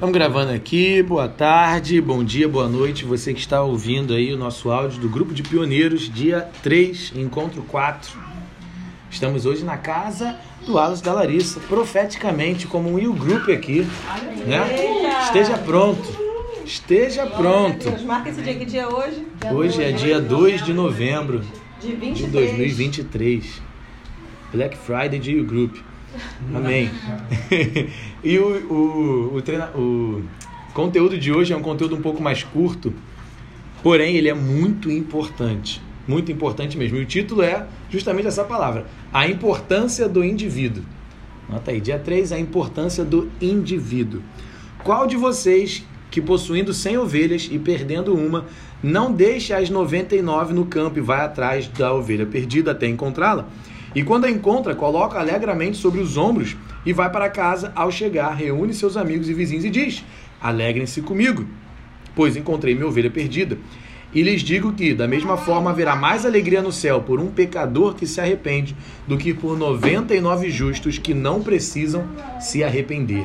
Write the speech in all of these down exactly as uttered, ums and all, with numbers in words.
Estamos gravando aqui, boa tarde, bom dia, boa noite, você que está ouvindo aí o nosso áudio do Grupo de Pioneiros, dia três, encontro quatro. Estamos hoje na casa do Wallace da Larissa, profeticamente como um Will Group aqui, né? Esteja pronto, esteja pronto. Marca esse dia, que dia é hoje? Hoje é dia dois de novembro de dois mil e vinte e três, Black Friday de Will Group. Amém. E o, o, o, treina, o conteúdo de hoje é um conteúdo um pouco mais curto, porém ele é muito importante, muito importante mesmo. E o título é justamente essa palavra, a importância do indivíduo. Nota aí, dia três, a importância do indivíduo. Qual de vocês que possuindo cem ovelhas e perdendo uma, não deixa as noventa e nove no campo e vai atrás da ovelha perdida até encontrá-la? E quando a encontra, coloca alegremente sobre os ombros e vai para casa. Ao chegar, reúne seus amigos e vizinhos e diz: alegrem-se comigo, pois encontrei minha ovelha perdida. E lhes digo que, da mesma forma, haverá mais alegria no céu por um pecador que se arrepende do que por noventa e nove justos que não precisam se arrepender.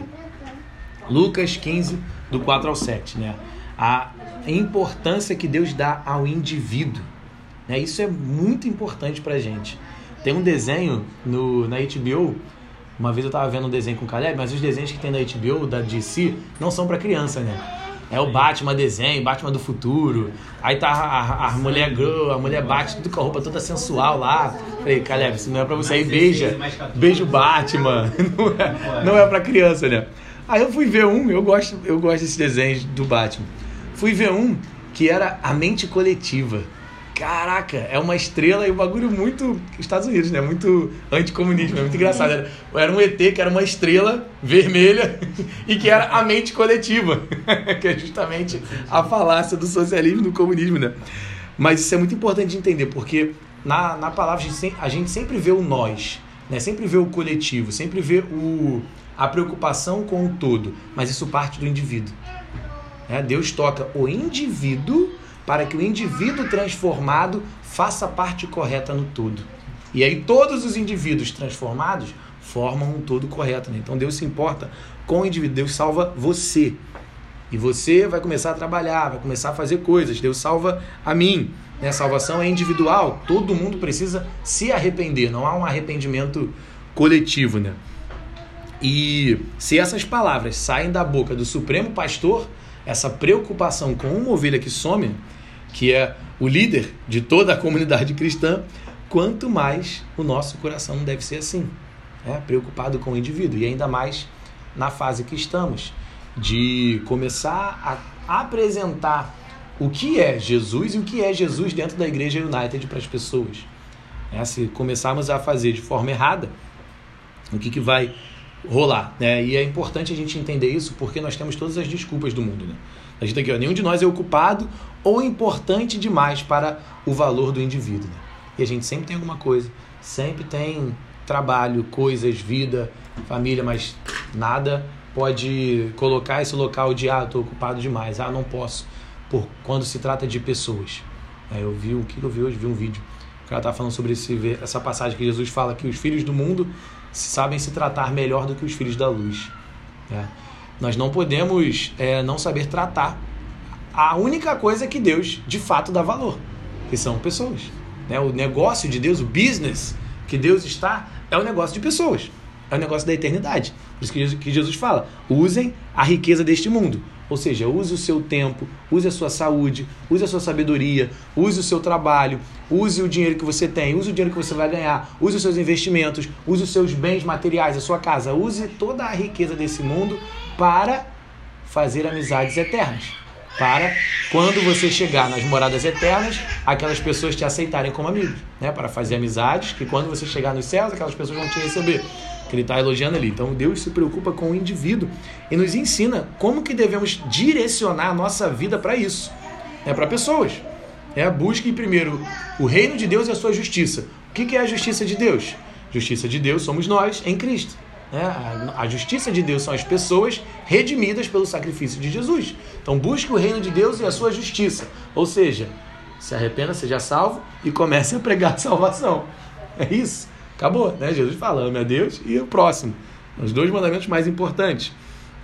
Lucas quinze, do quatro ao sete, né? A importância que Deus dá ao indivíduo, né? Isso é muito importante para a gente. Tem um desenho no, na H B O, uma vez eu tava vendo um desenho com o Caleb, mas os desenhos que tem na H B O, da D C, não são pra criança, né? É o Batman desenho, Batman do futuro, aí tá a, a, a mulher girl, a mulher bate tudo com a roupa toda sensual lá. Falei, Caleb, isso não é pra você, aí beija, beija o Batman, não é, não é pra criança, né? Aí eu fui ver um, eu gosto, eu gosto desses desenhos do Batman, fui ver um que era a mente coletiva. Caraca, é uma estrela e um bagulho muito Estados Unidos, né? Muito anticomunismo, é muito engraçado. Era, era um E T que era uma estrela vermelha e que era a mente coletiva, que é justamente a falácia do socialismo e do comunismo, né? Mas isso é muito importante de entender, porque na, na palavra a gente, a gente sempre vê o nós, né? Sempre vê o coletivo, sempre vê o, a preocupação com o todo, mas isso parte do indivíduo. Né? Deus toca o indivíduo para que o indivíduo transformado faça a parte correta no todo. E aí todos os indivíduos transformados formam um todo correto, né? Então Deus se importa com o indivíduo, Deus salva você. E você vai começar a trabalhar, vai começar a fazer coisas, Deus salva a mim. Né? A salvação é individual, todo mundo precisa se arrepender, não há um arrependimento coletivo, né? E se essas palavras saem da boca do Supremo Pastor, essa preocupação com uma ovelha que some, que é o líder de toda a comunidade cristã, quanto mais o nosso coração não deve ser assim, né? Preocupado com o indivíduo, e ainda mais na fase que estamos, de começar a apresentar o que é Jesus e o que é Jesus dentro da Igreja United para as pessoas. É, se começarmos a fazer de forma errada, o que, que vai rolar, né? E é importante a gente entender isso, porque nós temos todas as desculpas do mundo, né? A gente aqui, ó, nenhum de nós é ocupado ou importante demais para o valor do indivíduo, né? E a gente sempre tem alguma coisa, sempre tem trabalho, coisas, vida, família, mas nada pode colocar esse local de, ah, estou ocupado demais, ah, não posso, por quando se trata de pessoas. É, eu vi, o que eu vi hoje? Vi um vídeo, o cara tá falando sobre esse, essa passagem que Jesus fala que os filhos do mundo sabem se tratar melhor do que os filhos da luz. É. Nós não podemos é, não saber tratar a única coisa que Deus de fato dá valor, que são pessoas. Né? O negócio de Deus, o business que Deus está, é o negócio de pessoas, é o negócio da eternidade. Por isso que Jesus, que Jesus fala, usem a riqueza deste mundo. Ou seja, use o seu tempo, use a sua saúde, use a sua sabedoria, use o seu trabalho, use o dinheiro que você tem, use o dinheiro que você vai ganhar, use os seus investimentos, use os seus bens materiais, a sua casa, use toda a riqueza desse mundo para fazer amizades eternas. Para, quando você chegar nas moradas eternas, aquelas pessoas te aceitarem como amigos, né? Para fazer amizades, que quando você chegar nos céus, aquelas pessoas vão te receber. Que ele está elogiando ali. Então Deus se preocupa com o indivíduo e nos ensina como que devemos direcionar a nossa vida para isso, né? Para pessoas. É, busque primeiro o reino de Deus e a sua justiça. O que, que é a justiça de Deus? Justiça de Deus somos nós em Cristo. Né? A, a justiça de Deus são as pessoas redimidas pelo sacrifício de Jesus. Então busque o reino de Deus e a sua justiça. Ou seja, se arrependa, seja salvo e comece a pregar a salvação. É isso. Acabou, né? Jesus fala, ame a Deus e o próximo. Os dois mandamentos mais importantes.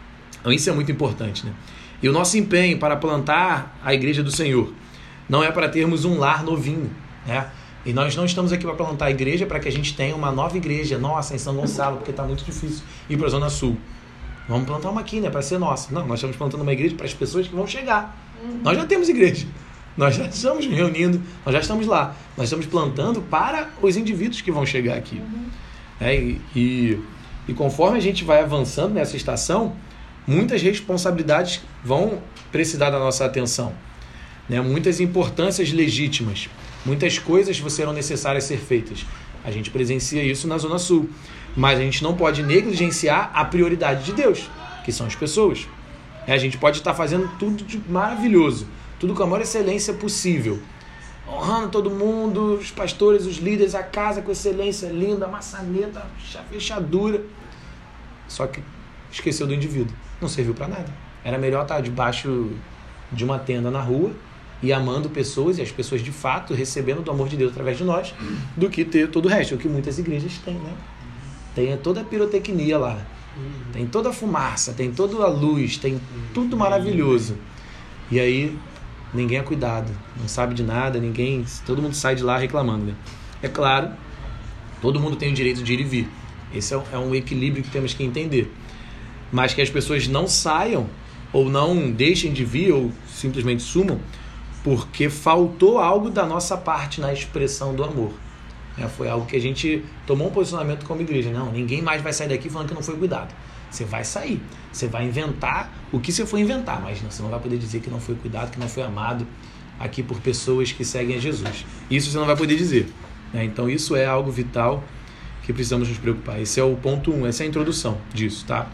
Então isso é muito importante, né? E o nosso empenho para plantar a igreja do Senhor não é para termos um lar novinho, né? E nós não estamos aqui para plantar a igreja para que a gente tenha uma nova igreja nossa em São Gonçalo, porque está muito difícil ir para a Zona Sul. Vamos plantar uma aqui, né? Para ser nossa. Não, nós estamos plantando uma igreja para as pessoas que vão chegar. Uhum. Nós já temos igreja. Nós já estamos reunindo, nós já estamos lá. Nós estamos plantando para os indivíduos que vão chegar aqui. Uhum. É, e, e, e conforme a gente vai avançando nessa estação, muitas responsabilidades vão precisar da nossa atenção, né? Muitas importâncias legítimas, muitas coisas serão necessárias ser feitas. A gente presencia isso na Zona Sul, mas a gente não pode negligenciar a prioridade de Deus, que são as pessoas. A gente pode estar fazendo tudo de maravilhoso, tudo com a maior excelência possível, honrando todo mundo, os pastores, os líderes, a casa com excelência linda, maçaneta, fechadura, só que esqueceu do indivíduo. Não serviu para nada. Era melhor estar debaixo de uma tenda na rua e amando pessoas, e as pessoas de fato recebendo do amor de Deus através de nós, do que ter todo o resto. É o que muitas igrejas têm, né? Tem toda a pirotecnia lá, tem toda a fumaça, tem toda a luz, tem tudo maravilhoso. E aí ninguém é cuidado, não sabe de nada, ninguém, todo mundo sai de lá reclamando, né? É claro, todo mundo tem o direito de ir e vir. Esse é um, é um equilíbrio que temos que entender. Mas que as pessoas não saiam ou não deixem de vir ou simplesmente sumam porque faltou algo da nossa parte na expressão do amor. É, foi algo que a gente tomou um posicionamento como igreja. Não, ninguém mais vai sair daqui falando que não foi cuidado. Você vai sair, você vai inventar o que você for inventar, mas não, você não vai poder dizer que não foi cuidado, que não foi amado aqui por pessoas que seguem a Jesus. Isso você não vai poder dizer, né? Então isso é algo vital que precisamos nos preocupar. Esse é o ponto um, essa é a introdução disso, tá?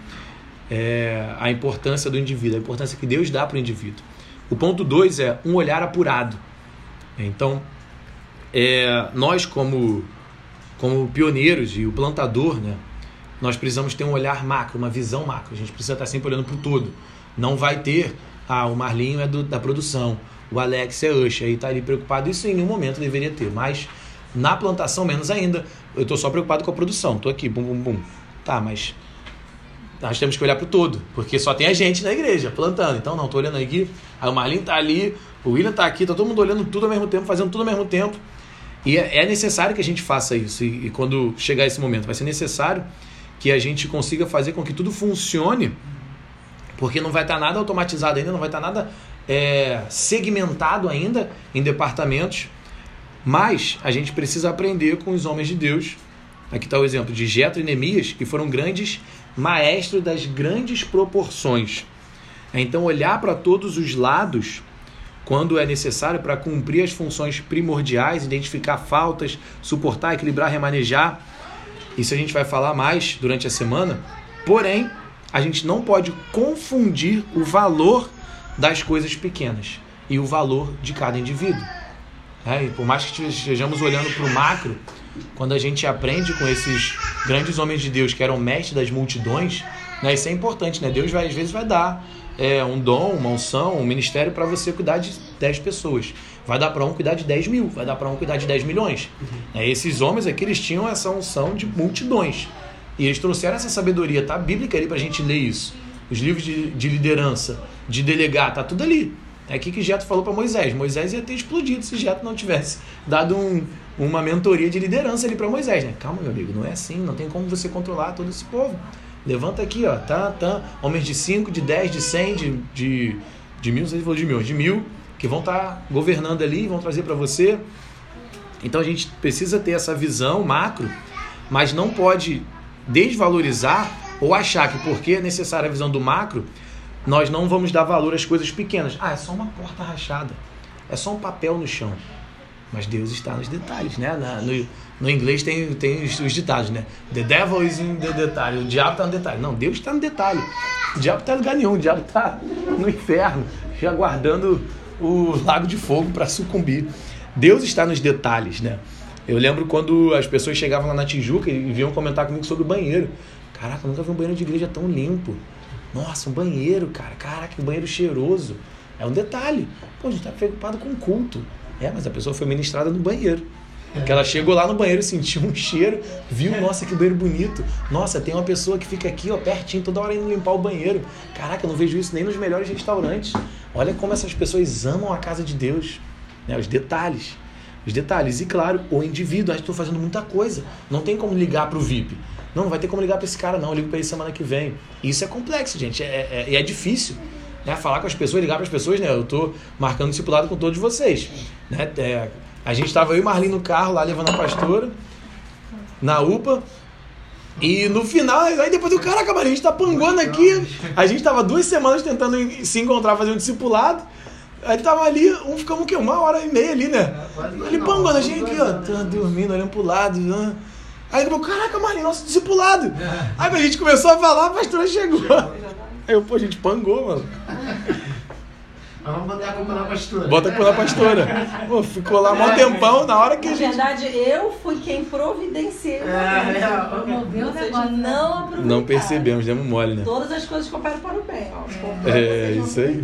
É a importância do indivíduo, a importância que Deus dá para o indivíduo. O ponto dois é um olhar apurado. Então, é, nós como, como pioneiros e o plantador, né, nós precisamos ter um olhar macro, uma visão macro. A gente precisa estar sempre olhando para o todo. Não vai ter, ah, o Marlinho é do, da produção, o Alex é usher, aí está ali preocupado. Isso em nenhum momento deveria ter, mas na plantação menos ainda. Eu estou só preocupado com a produção, estou aqui, bum, bum, bum. Tá, mas nós temos que olhar para o todo, porque só tem a gente na igreja plantando. Então, não, estou olhando aqui, aí o Marlinho está ali, o William está aqui, está todo mundo olhando tudo ao mesmo tempo, fazendo tudo ao mesmo tempo. E é, é necessário que a gente faça isso. E, e quando chegar esse momento, vai ser necessário que a gente consiga fazer com que tudo funcione, porque não vai estar nada automatizado ainda, não vai estar nada é, segmentado ainda em departamentos. Mas a gente precisa aprender com os homens de Deus. Aqui está o exemplo de Jetro e Neemias, que foram grandes maestros das grandes proporções. Então, olhar para todos os lados quando é necessário para cumprir as funções primordiais, identificar faltas, suportar, equilibrar, remanejar. Isso a gente vai falar mais durante a semana. Porém, a gente não pode confundir o valor das coisas pequenas e o valor de cada indivíduo. É, e por mais que estejamos olhando para o macro, quando a gente aprende com esses grandes homens de Deus que eram mestres das multidões, né, isso é importante, né? Deus vai, às vezes vai dar é, um dom, uma unção, um ministério para você cuidar de dez pessoas. Vai dar para um cuidar de dez mil, vai dar para um cuidar de dez milhões. Uhum. É, esses homens aqui, eles tinham essa unção de multidões. E eles trouxeram essa sabedoria, tá? Bíblica ali para a gente ler isso. Os livros de, de liderança, de delegar, tá tudo ali. É aqui que Jetro falou para Moisés. Moisés ia ter explodido se Jetro não tivesse dado um, uma mentoria de liderança ali para Moisés, né? Calma, meu amigo, não é assim, não tem como você controlar todo esse povo. Levanta aqui, ó, tá, tá, homens de cinco, de dez, de cem, de, de, de mil, não sei se falou de mil, de mil, que vão estar governando ali, vão trazer para você. Então a gente precisa ter essa visão macro, mas não pode desvalorizar ou achar que porque é necessária a visão do macro, nós não vamos dar valor às coisas pequenas. Ah, é só uma porta rachada, é só um papel no chão. Mas Deus está nos detalhes, né? Na, no, no inglês tem, tem os, os ditados, né? The devil is in the detalhe. O diabo está no detalhe. Não, Deus está no detalhe. O diabo está em lugar nenhum. O diabo está no inferno, já aguardando o lago de fogo para sucumbir. Deus está nos detalhes, né? Eu lembro quando as pessoas chegavam lá na Tijuca e vinham comentar comigo sobre o banheiro. Caraca, eu nunca vi um banheiro de igreja tão limpo. Nossa, um banheiro, cara. Caraca, um banheiro cheiroso. É um detalhe. Pô, a gente está preocupado com o culto. É, mas a pessoa foi ministrada no banheiro. Que ela chegou lá no banheiro, sentiu um cheiro, viu, nossa, que banheiro bonito. Nossa, tem uma pessoa que fica aqui, ó, pertinho, toda hora indo limpar o banheiro. Caraca, eu não vejo isso nem nos melhores restaurantes. Olha como essas pessoas amam a casa de Deus, né? Os detalhes. Os detalhes. E claro, o indivíduo, acho que estou fazendo muita coisa. Não tem como ligar para o V I P. Não, não vai ter como ligar para esse cara, não. Eu ligo para ele semana que vem. Isso é complexo, gente. É, é, é difícil. Né? Falar com as pessoas, ligar para as pessoas, né? Eu estou marcando discipulado com todos vocês. Né? É, a gente estava eu e Marlene no carro lá, levando a pastora, na U P A. E no final, aí depois do caraca, Marlene, a gente tá panguando aqui. A gente tava duas semanas tentando se encontrar, fazer um discipulado. Aí tava ali, um ficamos o quê? Uma hora e meia ali, né? Ele panguando, a gente aqui, ó, tá dormindo, olhando pro lado. Né? Aí ele falou, caraca, Marlene, nosso discipulado. Aí a gente começou a falar, a pastora chegou. Aí eu, pô, a gente pangou, mano. Vamos botar a culpa na pastora. Bota a culpa na pastora. Pô, ficou lá um tempão, na hora que a gente... Na verdade, eu fui quem providenciei. É, promoveu o negócio. Não aproveitaram. Não percebemos, demos mole, né? Todas as coisas cooperam para o bem. Ó. É, isso aí.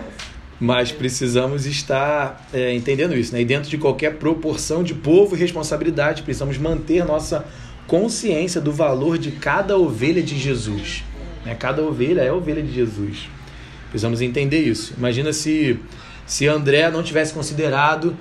Mas precisamos estar é, entendendo isso, né? E dentro de qualquer proporção de povo e responsabilidade, precisamos manter nossa consciência do valor de cada ovelha de Jesus. Né? Cada ovelha é a ovelha de Jesus. Precisamos entender isso. Imagina se, se André não tivesse considerado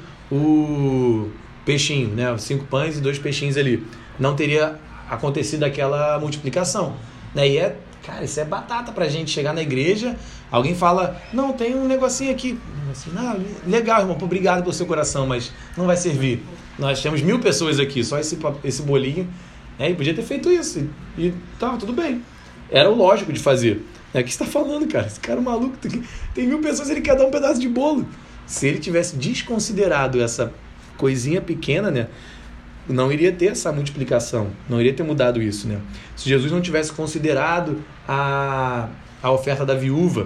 o peixinho, né? Os cinco pães e dois peixinhos ali. Não teria acontecido aquela multiplicação. Né? E é, cara, isso é batata pra gente chegar na igreja, alguém fala, não, tem um negocinho aqui. Assim, não, legal, irmão, obrigado pelo seu coração, mas não vai servir. Nós temos mil pessoas aqui, só esse, esse bolinho. Né? E podia ter feito isso. E, e tava tudo bem. Era o lógico de fazer. É o que você está falando, cara? Esse cara é maluco. Tem, tem mil pessoas e ele quer dar um pedaço de bolo. Se ele tivesse desconsiderado essa coisinha pequena, né? Não iria ter essa multiplicação. Não iria ter mudado isso, né? Se Jesus não tivesse considerado a, a oferta da viúva,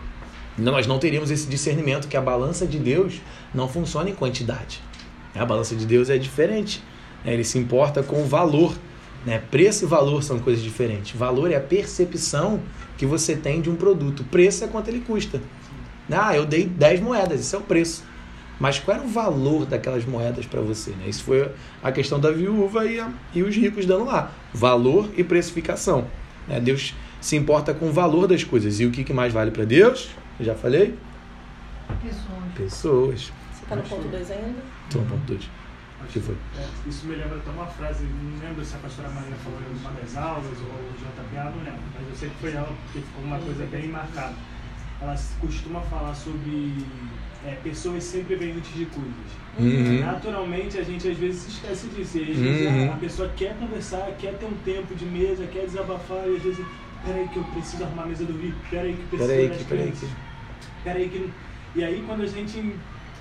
nós não teríamos esse discernimento que a balança de Deus não funciona em quantidade. A balança de Deus é diferente. Ele se importa com o valor. Né? Preço e valor são coisas diferentes. Valor é a percepção que você tem de um produto. Preço é quanto ele custa. Ah, eu dei dez moedas, isso é o preço. Mas qual era o valor daquelas moedas para você? Né? Isso foi a questão da viúva e, a, e os ricos dando lá. Valor e precificação. Né? Deus se importa com o valor das coisas. E o que, que mais vale para Deus? Eu já falei? Pessoas. Pessoas. Você está no ponto dois ainda? Estou no ponto dois. O que foi? É, isso me lembra até uma frase, não lembro se a pastora Maria falou em uma das aulas ou o J P A, não lembro, mas eu sei que foi ela porque ficou uma coisa bem marcada. Ela costuma falar sobre é, pessoas sempre vêm antes de coisas. Uhum. Naturalmente a gente às vezes se esquece disso, e às vezes uhum. a, a pessoa quer conversar, quer ter um tempo de mesa, quer desabafar, e às vezes, peraí que eu preciso arrumar a mesa do V I P, peraí que preciso peraí das que, peraí crianças, que... peraí que... E aí quando a gente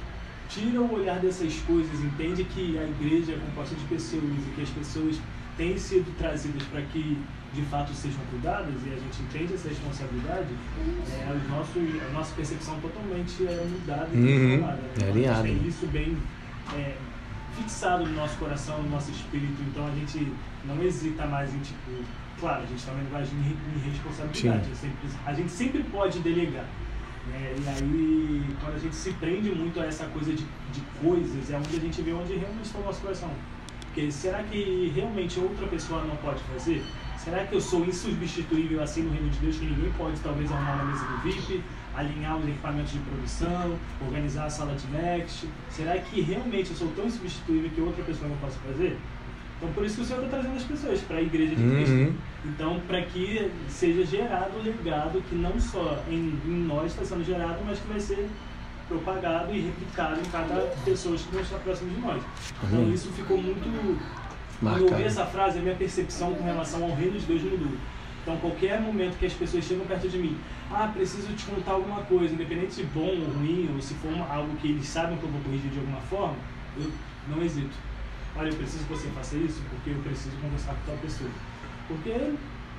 tira o olhar dessas coisas, entende que a igreja é composta de pessoas e que as pessoas têm sido trazidas para que de fato sejam cuidadas, e a gente entende essa responsabilidade, é, o nosso, a nossa percepção totalmente é mudada e transformada. Uhum. É alinhado. A gente tem isso bem é, fixado no nosso coração, no nosso espírito, então a gente não hesita mais em, tipo, claro, a gente também não vai agir em responsabilidade, a, sempre, a gente sempre pode delegar. É, e aí, quando a gente se prende muito a essa coisa de, de coisas, é onde a gente vê onde realmente está o nosso coração. Porque será que realmente outra pessoa não pode fazer? Será que eu sou insubstituível assim no reino de Deus, que ninguém pode talvez arrumar uma mesa do V I P, alinhar os equipamentos de produção, organizar a sala de Next? Será que realmente eu sou tão insubstituível que outra pessoa não possa fazer? Então, por isso que o Senhor está trazendo as pessoas para a igreja de Cristo. Uhum. Então, para que seja gerado o legado que não só em, em nós está sendo gerado, mas que vai ser propagado e replicado em cada pessoa que não está próximo de nós. Então, uhum. isso ficou muito... Quando eu ouvi essa frase, a minha percepção com relação ao reino de Deus mudou. Então, qualquer momento que as pessoas chegam perto de mim, ah, preciso te contar alguma coisa, independente de bom ou ruim, ou se for uma, algo que eles sabem que eu vou corrigir de alguma forma, eu não hesito. Olha, eu preciso que você faça isso porque eu preciso conversar com tal pessoa. Porque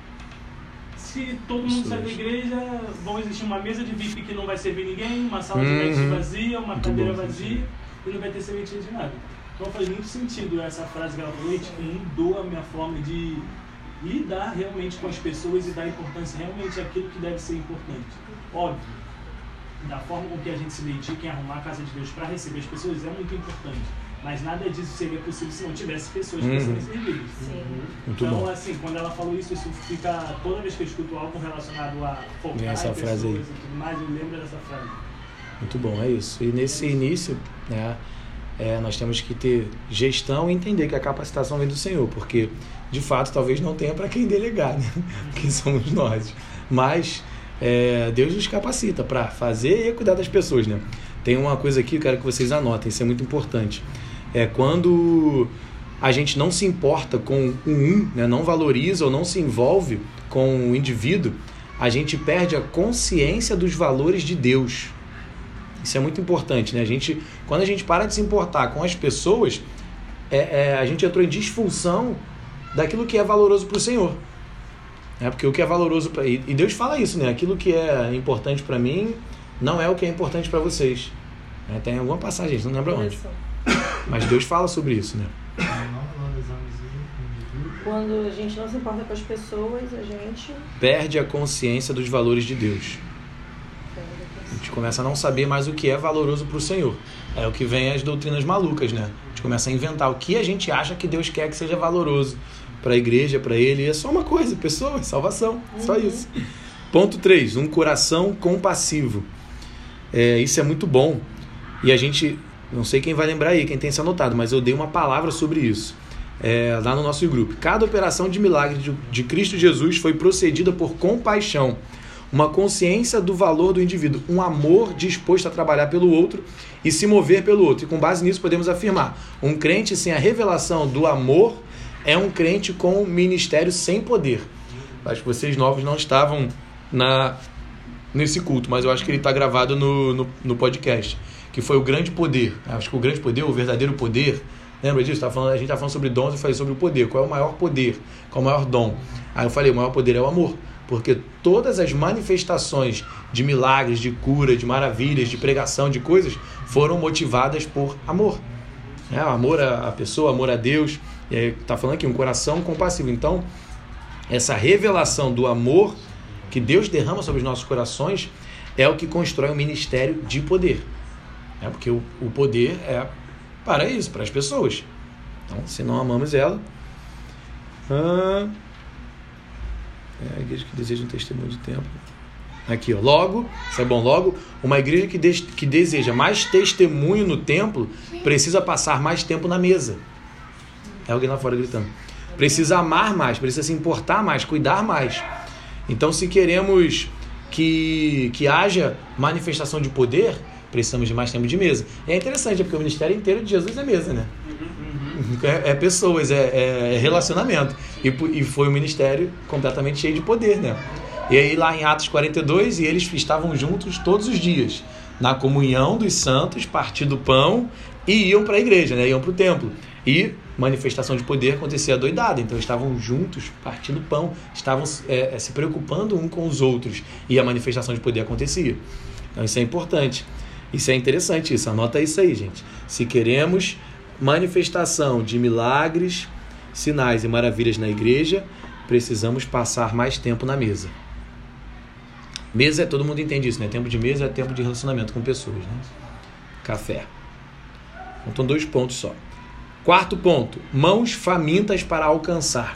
se todo mundo sair da igreja, vão existir uma mesa de V I P que não vai servir ninguém, uma sala de Next uhum. vazia, uma muito cadeira bom, vazia, sim. E não vai ter serventia de nada. Então faz muito sentido essa frase que ela falou, e tipo, mudou a minha forma de lidar realmente com as pessoas e dar importância realmente àquilo que deve ser importante. Óbvio, da forma com que a gente se dedica em arrumar a casa de Deus para receber as pessoas é muito importante. Mas nada disso seria possível se não tivesse pessoas para Uhum. serem servidas. Sim. Muito Então, bom. assim, quando ela falou isso, isso fica... Toda vez que eu escuto algo relacionado a focar Vem essa em frase pessoas aí. e tudo mais, eu lembro dessa frase. Muito bom, é isso. E nesse início, né, é, nós temos que ter gestão e entender que a capacitação vem do Senhor, porque, de fato, talvez não tenha para quem delegar, né? Que somos nós. Mas é, Deus nos capacita para fazer e cuidar das pessoas, né? Tem uma coisa aqui, eu quero que vocês anotem, isso é muito importante. É quando a gente não se importa com o um, né, não valoriza ou não se envolve com o indivíduo, a gente perde a consciência dos valores de Deus. Isso é muito importante, né? A gente, quando a gente para de se importar com as pessoas, é, é, a gente entrou em disfunção daquilo que é valoroso para o Senhor. É, porque o que é valoroso para... E Deus fala isso, né? Aquilo que é importante para mim não é o que é importante para vocês. É, tem alguma passagem, não lembro onde. Mas Deus fala sobre isso, né? Quando a gente não se importa com as pessoas, a gente perde a consciência dos valores de Deus. A gente começa a não saber mais o que é valoroso para o Senhor. É o que vem as doutrinas malucas, né? A gente começa a inventar o que a gente acha que Deus quer que seja valoroso para a igreja, para Ele. E é só uma coisa, pessoas, salvação, só isso. Ponto três, um coração compassivo. É, isso é muito bom. E a gente, não sei quem vai lembrar aí, quem tem isso anotado, mas eu dei uma palavra sobre isso. É, lá no nosso grupo. Cada operação de milagre de, de Cristo Jesus foi procedida por compaixão, uma consciência do valor do indivíduo, um amor disposto a trabalhar pelo outro e se mover pelo outro. E com base nisso podemos afirmar, um crente sem a revelação do amor é um crente com ministério sem poder. Acho que vocês novos não estavam na, nesse culto, mas eu acho que ele está gravado no, no, no podcast, que foi o grande poder. Acho que o grande poder, o verdadeiro poder. Lembra disso? Tava falando, a gente estava falando sobre dons e falei sobre o poder. Qual é o maior poder? Qual é o maior dom? Aí eu falei, o maior poder é o amor. Porque todas as manifestações de milagres, de cura, de maravilhas, de pregação, de coisas, foram motivadas por amor. É, amor à pessoa, amor a Deus. Está falando aqui, um coração compassivo. Então, essa revelação do amor que Deus derrama sobre os nossos corações é o que constrói um ministério de poder. É, porque o, o poder é para isso, para as pessoas. Então, se não amamos ela... Ah, é a igreja que deseja um testemunho de tempo. Aqui, ó. Logo, isso é bom, logo, uma igreja que, de, que deseja mais testemunho no templo precisa passar mais tempo na mesa. É alguém lá fora gritando. Precisa amar mais, precisa se importar mais, cuidar mais. Então, se queremos que, que haja manifestação de poder, precisamos de mais tempo de mesa. E é interessante, porque o ministério inteiro de Jesus é mesa, né? É, é pessoas, é, é relacionamento. E, e foi um ministério completamente cheio de poder, né? E aí lá em Atos quarenta e dois, e eles estavam juntos todos os dias, na comunhão dos santos, partindo o pão, e iam para a igreja, né? Iam para o templo. E manifestação de poder acontecia doidada. Então estavam juntos, partindo pão, estavam é, se preocupando um com os outros. E a manifestação de poder acontecia. Então isso é importante. Isso é interessante, isso. Anota isso aí, gente. Se queremos manifestação de milagres, sinais e maravilhas na igreja, precisamos passar mais tempo na mesa. Mesa, todo mundo entende isso, né? Tempo de mesa é tempo de relacionamento com pessoas, né? Café. Então, dois pontos só. Quarto ponto, mãos famintas para alcançar.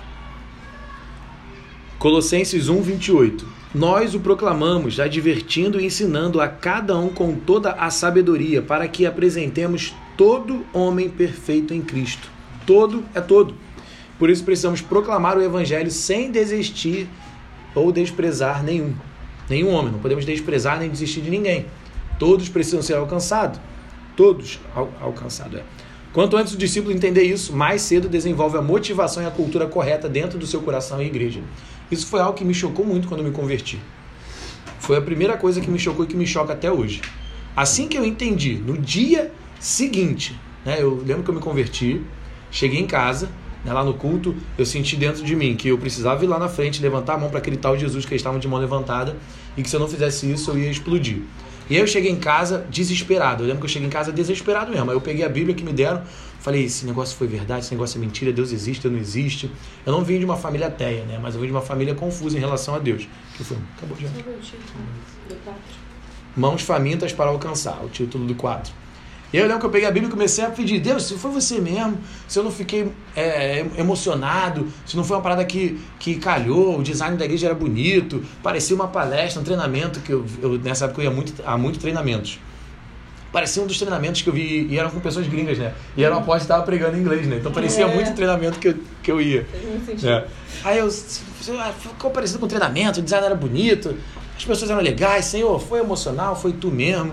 Colossenses um, vinte e oito. Nós o proclamamos, advertindo e ensinando a cada um com toda a sabedoria, para que apresentemos todo homem perfeito em Cristo. Todo é todo. Por isso precisamos proclamar o Evangelho sem desistir ou desprezar nenhum. Nenhum homem. Não podemos desprezar nem desistir de ninguém. Todos precisam ser alcançados. Todos al- alcançados, é. Quanto antes o discípulo entender isso, mais cedo desenvolve a motivação e a cultura correta dentro do seu coração e igreja. Isso foi algo que me chocou muito quando eu me converti. Foi a primeira coisa que me chocou e que me choca até hoje. Assim que eu entendi, no dia seguinte, né, eu lembro que eu me converti, cheguei em casa, né, lá no culto, eu senti dentro de mim que eu precisava ir lá na frente, levantar a mão para aquele tal Jesus que eles estavam de mão levantada, e que se eu não fizesse isso eu ia explodir. E aí eu cheguei em casa desesperado. Eu lembro que eu cheguei em casa desesperado mesmo. Aí eu peguei a Bíblia que me deram, falei, esse negócio foi verdade, esse negócio é mentira, Deus existe, Deus não existe. Eu não vim de uma família ateia, né? Mas eu vim de uma família confusa em relação a Deus. Que foi? Acabou já. Mãos famintas para alcançar, o título do quadro. E aí eu lembro que eu peguei a Bíblia e comecei a pedir, Deus, se foi você mesmo, se eu não fiquei é, emocionado, se não foi uma parada que, que calhou, o design da igreja era bonito, parecia uma palestra, um treinamento, que eu, eu nessa época eu ia muito, a muitos treinamentos. Parecia um dos treinamentos que eu vi, e eram com pessoas gringas, né? E era um apóstolo que estava pregando em inglês, né? Então parecia é. muito treinamento que eu, que eu ia. É. Aí eu, ficou parecido com o treinamento, o design era bonito, as pessoas eram legais, Senhor, foi emocional, foi tu mesmo.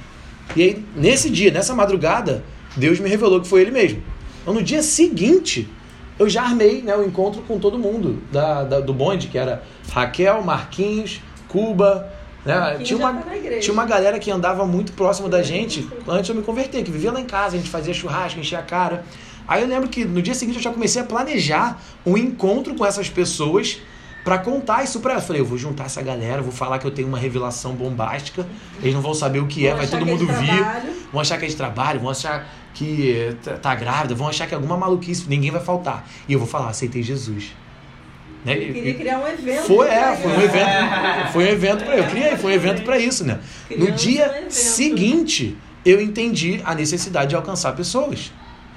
E aí, nesse dia, nessa madrugada, Deus me revelou que foi Ele mesmo. Então, no dia seguinte, eu já armei, né, o encontro com todo mundo da, da, do bonde, que era Raquel, Marquinhos, Cuba, né? Tinha uma, tinha uma galera que andava muito próximo da gente antes de eu me converter, que vivia lá em casa, a gente fazia churrasco, enchia a cara. Aí eu lembro que no dia seguinte eu já comecei a planejar um encontro com essas pessoas pra contar isso pra ela. Eu falei, eu vou juntar essa galera, vou falar que eu tenho uma revelação bombástica, eles não vão saber o que é, vai todo mundo vir, vão achar que é de trabalho, vão achar que tá grávida, vão achar que é alguma maluquice, ninguém vai faltar. E eu vou falar, aceitei Jesus. Né? Eu queria criar um evento. Foi, é, foi um evento, foi um evento pra eu criei, foi um evento pra isso, né? No dia seguinte, eu entendi a necessidade de alcançar pessoas.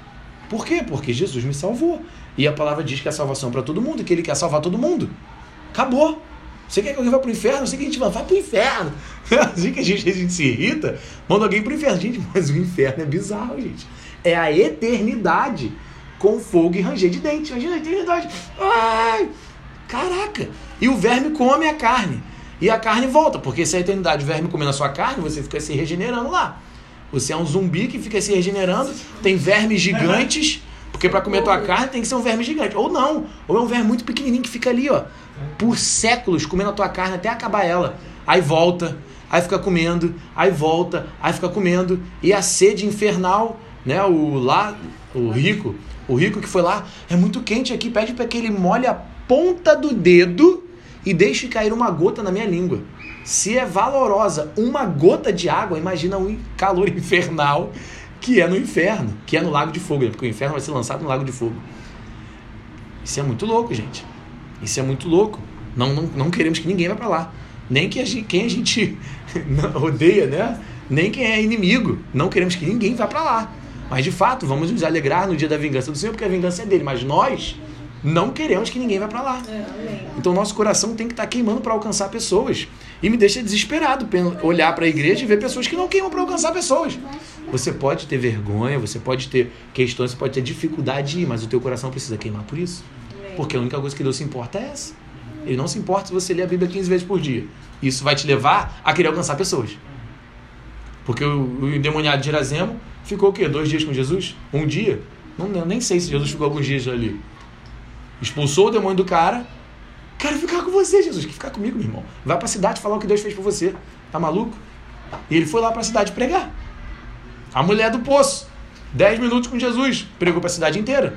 Por quê? Porque Jesus me salvou. E a palavra diz que é salvação para todo mundo, que Ele quer salvar todo mundo. Acabou. Você quer que alguém vá pro inferno? Você quer que a gente vá, vai pro inferno. Assim que a gente, a gente se irrita, manda alguém pro inferno. Gente, mas o inferno é bizarro, gente. É a eternidade com fogo e ranger de dente. Imagina a eternidade. Ai, caraca. E o verme come a carne. E a carne volta, porque se a eternidade o verme comendo a sua carne, você fica se regenerando lá. Você é um zumbi que fica se regenerando, tem vermes gigantes, porque para comer a tua carne tem que ser um verme gigante. Ou não, ou é um verme muito pequenininho que fica ali, ó, por séculos comendo a tua carne até acabar ela. Aí volta, aí fica comendo, aí volta, aí fica comendo. E a sede infernal, né, o lá, o rico, o rico que foi lá, é muito quente aqui, pede para que ele molhe a ponta do dedo e deixe cair uma gota na minha língua. Se é valorosa uma gota de água, imagina um calor infernal que é no inferno, que é no lago de fogo, né? Porque o inferno vai ser lançado no lago de fogo. Isso é muito louco, gente. Isso é muito louco. Não, não, não queremos que ninguém vá para lá. Nem que a gente, quem a gente odeia, né? Nem quem é inimigo. Não queremos que ninguém vá para lá. Mas, de fato, vamos nos alegrar no dia da vingança do Senhor, porque a vingança é dele. Mas nós não queremos que ninguém vá para lá. É, então, nosso coração tem que estar queimando para alcançar pessoas. E me deixa desesperado olhar para a igreja e ver pessoas que não queimam para alcançar pessoas. Você pode ter vergonha, você pode ter questões, você pode ter dificuldade de ir, mas o teu coração precisa queimar por isso. Porque a única coisa que Deus se importa é essa. Ele não se importa se você ler a Bíblia quinze vezes por dia. Isso vai te levar a querer alcançar pessoas. Porque o, o endemoniado de Gerazemo ficou o quê? Dois dias com Jesus? Um dia? Não, eu nem sei se Jesus ficou alguns dias ali. Expulsou o demônio do cara. Quero ficar com você, Jesus. Quer ficar comigo, meu irmão? Vai pra cidade falar o que Deus fez por você. Tá maluco? E ele foi lá pra cidade pregar. A mulher do poço. Dez minutos com Jesus. Pregou pra cidade inteira.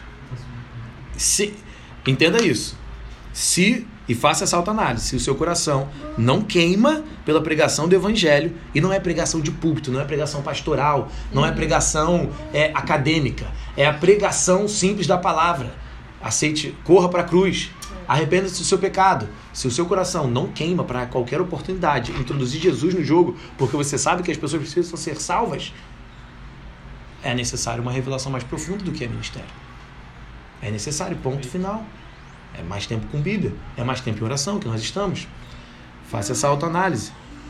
Se, entenda isso. Se, e faça essa autoanálise, se o seu coração não queima pela pregação do evangelho, e não é pregação de púlpito, não é pregação pastoral, não é pregação é, acadêmica, é a pregação simples da palavra. Aceite, corra para a cruz, arrependa-se do seu pecado. Se o seu coração não queima para qualquer oportunidade introduzir Jesus no jogo, porque você sabe que as pessoas precisam ser salvas, é necessário uma revelação mais profunda do que é ministério. É necessário, ponto final. É mais tempo com Bíblia, é mais tempo em oração que nós estamos. Faça essa autoanálise.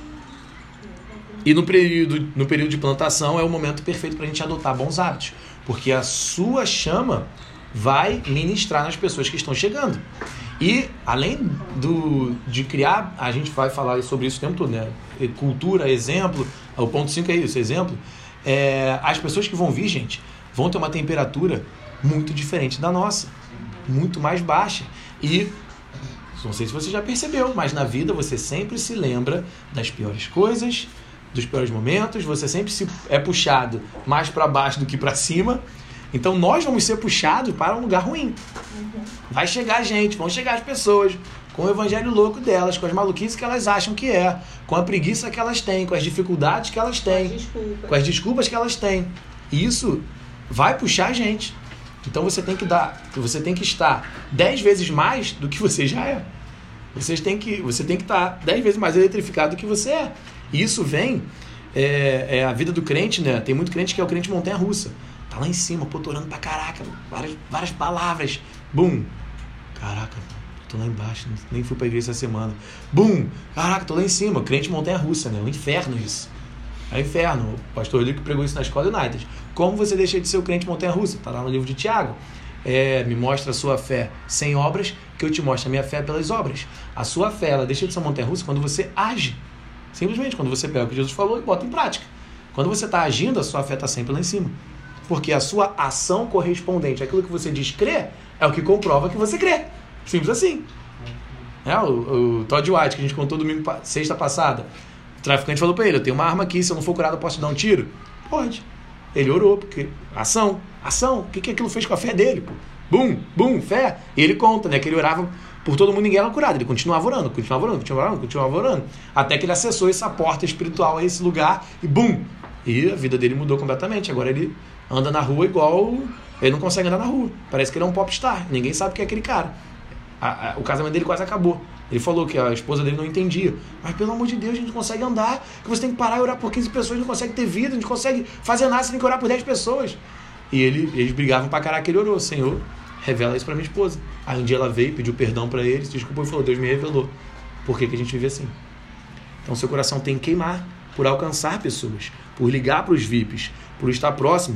E no período, no período de plantação é o momento perfeito para a gente adotar bons hábitos, porque a sua chama vai ministrar nas pessoas que estão chegando. E além do, de criar, a gente vai falar sobre isso o tempo todo, né? Cultura, exemplo, o ponto cinco é isso, exemplo. É, as pessoas que vão vir, gente, vão ter uma temperatura muito diferente da nossa, muito mais baixa. E não sei se você já percebeu, mas na vida você sempre se lembra das piores coisas, dos piores momentos, você sempre se é puxado mais para baixo do que para cima. Então nós vamos ser puxados para um lugar ruim. Vai chegar gente, vão chegar as pessoas com o evangelho louco delas, com as maluquices que elas acham que é, com a preguiça que elas têm, com as dificuldades que elas têm, com as desculpas, com as desculpas que elas têm. E isso vai puxar a gente. Então você tem que dar, você tem que estar dez vezes mais do que você já é. Vocês têm que, você tem que estar dez vezes mais eletrificado do que você é. E isso vem é, é a vida do crente, né? Tem muito crente que é o crente montanha-russa. Tá lá em cima, pô, tô orando pra caraca, várias, várias palavras. Bum! Caraca, tô lá embaixo, nem fui pra igreja essa semana. Bum! Caraca, tô lá em cima, crente montanha-russa, né? É um inferno isso. É um inferno. O pastor Rodrigo que pregou isso na escola United. Como você deixa de ser o crente montanha-russa? Tá lá no livro de Tiago. É, me mostra a sua fé sem obras, que eu te mostro a minha fé pelas obras. A sua fé, ela deixa de ser montanha-russa quando você age. Simplesmente, quando você pega o que Jesus falou e bota em prática. Quando você está agindo, a sua fé está sempre lá em cima. Porque a sua ação correspondente àquilo que você diz crer é o que comprova que você crê. Simples assim. É, o, o Todd White, que a gente contou domingo, sexta passada. O traficante falou para ele, eu tenho uma arma aqui, se eu não for curado eu posso te dar um tiro? Pode. Ele orou, porque ação, ação. O que, que aquilo fez com a fé dele? Pô? Bum, bum, fé. E ele conta, né, que ele orava por todo mundo, ninguém era curado. Ele continuava orando, continuava orando, continuava orando, continuava orando. Até que ele acessou essa porta espiritual a esse lugar e bum! E a vida dele mudou completamente. Agora ele anda na rua igual... Ele não consegue andar na rua. Parece que ele é um popstar. Ninguém sabe quem é aquele cara. A, a, o casamento dele quase acabou. Ele falou que a esposa dele não entendia. Mas pelo amor de Deus, a gente não consegue andar. Que você tem que parar e orar por quinze pessoas. Não consegue ter vida. A gente não consegue fazer nada. Você tem que orar por dez pessoas. E ele, eles brigavam pra caraca. Ele orou. Senhor, revela isso pra minha esposa. Aí um dia ela veio, pediu perdão pra ele. Se desculpou e falou, Deus me revelou. Por que, que a gente vive assim? Então seu coração tem que queimar por alcançar pessoas. Por ligar pros V I Ps. Por estar próximo.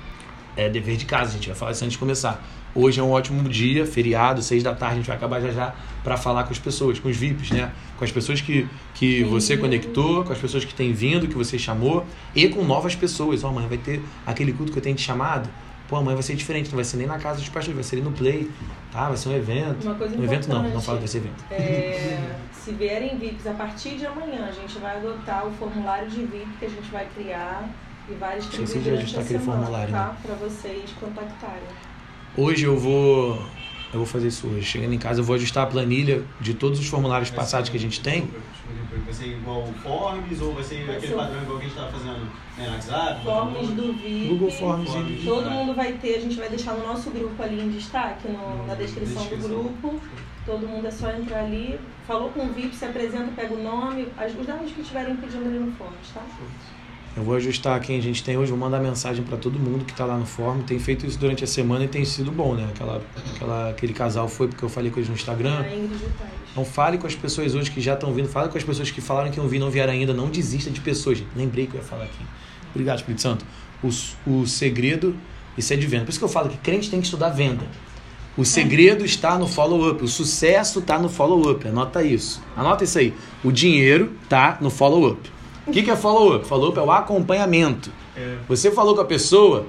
É dever de casa. A gente vai falar isso antes de começar. Hoje é um ótimo dia, feriado, seis da tarde, a gente vai acabar já já para falar com as pessoas, com os V I Ps, né? Com as pessoas que, que você conectou, com as pessoas que têm vindo, que você chamou, e com novas pessoas. Ó, oh, amanhã vai ter aquele culto que eu tenho te chamado. Pô, amanhã vai ser diferente, não vai ser nem na casa dos pastores, vai ser ali no Play, tá? Vai ser um evento. Uma coisa um evento não, não fala que vai ser evento. É, se vierem V I Ps, a partir de amanhã a gente vai adotar o formulário de V I P que a gente vai criar e vai distribuir durante a semana, tá? Né? Para vocês contactarem. Hoje eu vou, eu vou fazer isso hoje. Chegando em casa eu vou ajustar a planilha de todos os formulários vai passados que a gente tem. Vai ser igual o Forms ou vai ser vai aquele ser padrão igual que a gente estava fazendo, né, no WhatsApp? Forms do V I P. Google Forms. Forms. Todo mundo vai ter, a gente vai deixar no nosso grupo ali em destaque, no, na descrição, descrição do grupo. Todo mundo é só entrar ali. Falou com o V I P, se apresenta, pega o nome, os dados que estiverem pedindo ali no Forms, tá? Eu vou ajustar quem a gente tem hoje, vou mandar mensagem para todo mundo que está lá no fórum. Tem feito isso durante a semana e tem sido bom, né? Aquela, aquela, aquele casal foi porque eu falei com eles no Instagram. Então fale com as pessoas hoje que já estão vindo, fale com as pessoas que falaram que iam vir e não vieram ainda. Não desista de pessoas, gente. Lembrei que eu ia falar aqui. Obrigado, Espírito Santo. O, o segredo, isso é de venda. Por isso que eu falo que crente tem que estudar venda. O segredo está no follow-up. O sucesso está no follow-up. Anota isso. Anota isso aí. O dinheiro está no follow-up. O que, que é follow-up? Follow-up é o acompanhamento. É. Você falou com a pessoa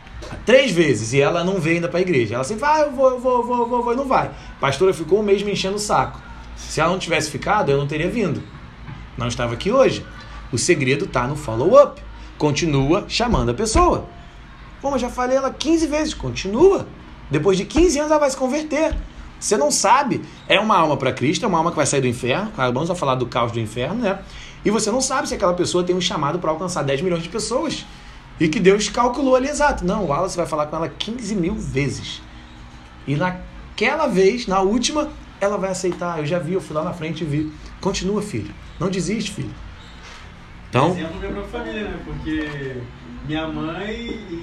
três vezes e ela não veio ainda para a igreja. Ela sempre fala, ah, eu vou, eu vou, eu vou, eu vou, e não vai. A pastora ficou um mês me enchendo o saco. Se ela não tivesse ficado, eu não teria vindo. Não estava aqui hoje. O segredo está no follow-up. Continua chamando a pessoa. Pô, mas já falei ela quinze vezes. Continua. Depois de quinze anos ela vai se converter. Você não sabe. É uma alma para Cristo, é uma alma que vai sair do inferno. Vamos a falar do caos do inferno, né? E você não sabe se aquela pessoa tem um chamado para alcançar dez milhões de pessoas. E que Deus calculou ali exato. Não, o Wallace vai falar com ela quinze mil vezes. E naquela vez, na última, ela vai aceitar. Eu já vi, eu fui lá na frente e vi. Continua, filho. Não desiste, filho. Então... Exemplo meu pra família, né? Porque minha mãe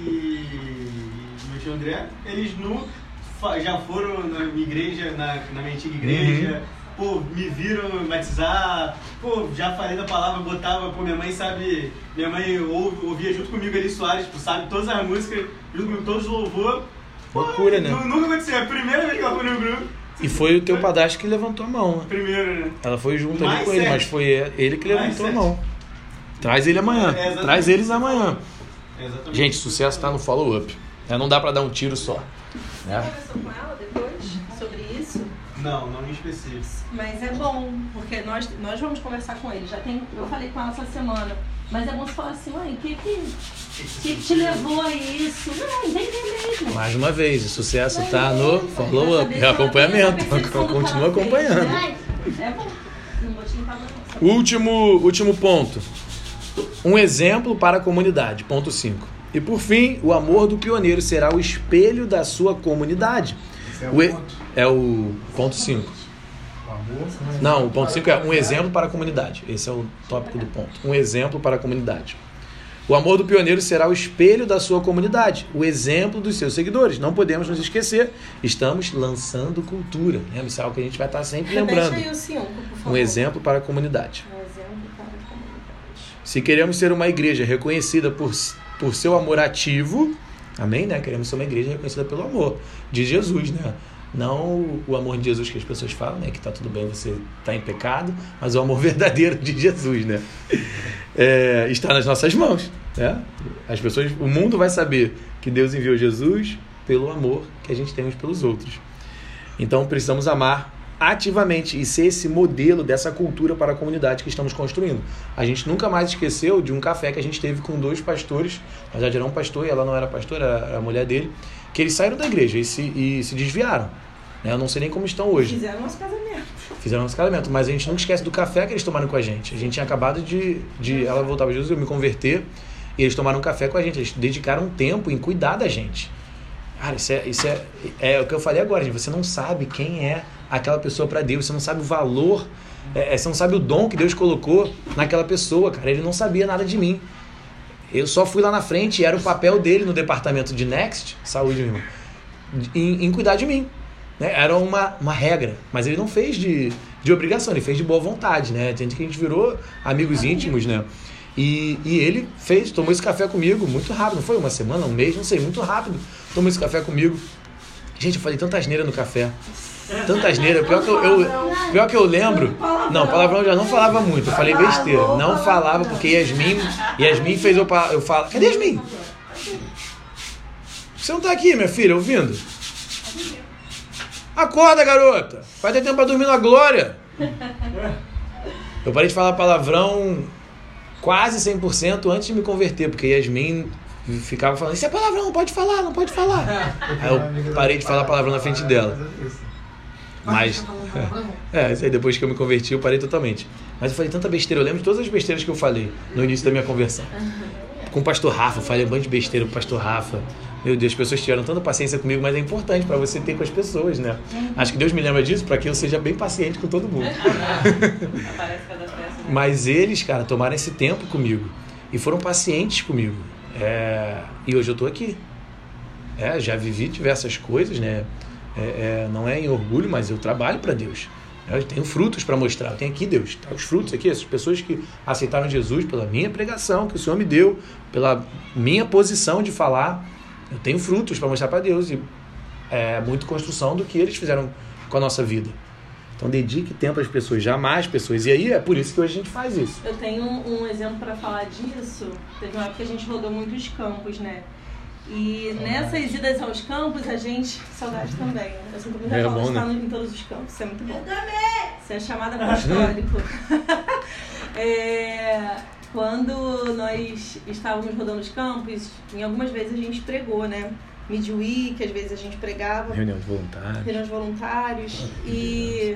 e meu tio André, eles não, já foram na minha igreja, na, na minha antiga igreja... Uhum. Pô, me viram batizar, pô, já falei da palavra, botava, pô, minha mãe sabe, minha mãe ouve, ouvia junto comigo Eli Soares, tipo, sabe todas as músicas, junto comigo, todos os louvor. Loucura, né? Nunca aconteceu, é a primeira vez que ela foi no grupo. E foi o teu padrasto que levantou a mão, né? Primeiro, né? Ela foi junto ali com sete. ele, mas foi ele que levantou a mão. Traz ele amanhã, é, traz eles amanhã. É, gente, sucesso tá no follow-up. É, não dá pra dar um tiro só. Né? Você conversou com ela depois sobre isso? Não, não em específico. Mas é bom, porque nós, nós vamos conversar com ele. Já tem, eu falei com ela essa semana. Mas é bom você falar assim, mãe, o que, que, que te levou a isso? Não, entender mesmo. Mais uma vez, o sucesso está no follow-up, é acompanhamento. Continua acompanhando. É bom. Não vou te limpar não. Último, último ponto. Um exemplo para a comunidade. Ponto cinco. E por fim, o amor do pioneiro será o espelho da sua comunidade. Esse é o, o e... ponto. É o ponto cinco. O amor Não, o ponto cinco é um exemplo para a comunidade. Esse é o tópico do ponto. Um exemplo para a comunidade. O amor do pioneiro será o espelho da sua comunidade, o exemplo dos seus seguidores. Não podemos nos esquecer, estamos lançando cultura. Né? Isso é algo que a gente vai estar sempre lembrando. Aí o cinco, por favor. Um exemplo para a comunidade. Um exemplo para a comunidade. Se queremos ser uma igreja reconhecida por, por seu amor ativo, amém, né? Queremos ser uma igreja reconhecida pelo amor de Jesus, né? Não o amor de Jesus que as pessoas falam, né? Que tá tudo bem, você tá em pecado, mas o amor verdadeiro de Jesus, né? É, está nas nossas mãos, né? As pessoas, o mundo vai saber que Deus enviou Jesus pelo amor que a gente tem uns pelos outros. Então precisamos amar ativamente e ser esse modelo dessa cultura para a comunidade que estamos construindo. A gente nunca mais esqueceu de um café que a gente teve com dois pastores, na verdade era um pastor e ela não era pastora, era a mulher dele, que eles saíram da igreja e se, e se desviaram. Eu não sei nem como estão hoje. Fizeram nosso casamento. Fizeram nosso casamento, mas a gente nunca esquece do café que eles tomaram com a gente. A gente tinha acabado de... de ela voltar para Jesus, eu me converter, e eles tomaram um café com a gente. Eles dedicaram um tempo em cuidar da gente. Cara, isso é, isso é, é o que eu falei agora, gente. Você não sabe quem é aquela pessoa para Deus. Você não sabe o valor, é, você não sabe o dom que Deus colocou naquela pessoa, cara. Ele não sabia nada de mim. Eu só fui lá na frente e era o papel dele no departamento de Next, saúde, meu irmão, em, em cuidar de mim. Né? Era uma, uma regra, mas ele não fez de, de obrigação, ele fez de boa vontade, né? Tem que a gente virou amigos íntimos, né? E, e ele fez, tomou esse café comigo muito rápido, não foi uma semana, um mês, não sei, muito rápido. Tomou esse café comigo. Gente, eu falei tanta asneira no café. Tanta asneira. Pior que eu, eu, pior que eu lembro. Não, palavrão eu já não falava muito. Eu falei besteira. Não falava porque Yasmin. Yasmin fez eu, eu falar. Cadê Yasmin? Você não tá aqui, minha filha, ouvindo? Acorda, garota. Vai ter tempo pra dormir na glória. Eu parei de falar palavrão quase cem por cento antes de me converter, porque Yasmin ficava falando, isso é palavrão, não pode falar, não pode falar. Aí eu parei de falar palavrão na frente dela. Mas, é, isso aí depois que eu me converti, eu parei totalmente. Mas eu falei tanta besteira, eu lembro de todas as besteiras que eu falei no início da minha conversão. Com o pastor Rafa, eu falei um monte de besteira com o pastor Rafa. Meu Deus, as pessoas tiveram tanta paciência comigo, mas é importante para você ter com as pessoas, né? Acho que Deus me lembra disso para que eu seja bem paciente com todo mundo. Mas eles, cara, tomaram esse tempo comigo e foram pacientes comigo. É... E hoje eu tô aqui. É, já vivi diversas coisas, né? É, é, não é em orgulho, mas eu trabalho para Deus. Eu tenho frutos para mostrar. Eu tenho aqui, Deus, tá, os frutos aqui, essas pessoas que aceitaram Jesus pela minha pregação, que o Senhor me deu, pela minha posição de falar. Eu tenho frutos para mostrar para Deus e é muito construção do que eles fizeram com a nossa vida. Então dedique tempo às pessoas, jamais pessoas. E aí é por isso que hoje a gente faz isso. Eu tenho um, um exemplo para falar disso. Teve uma época que a gente rodou muitos campos, né? E saudade. Nessas idas aos campos, a gente... Saudade também. Eu sinto muita é falta de estar né? em todos os campos. Isso é muito bom. Eu também! Isso é chamada apostólico. é... Quando nós estávamos rodando os campos, em algumas vezes a gente pregou, né? Midweek, às vezes a gente pregava. Reunião de voluntários. Reunião de voluntários. E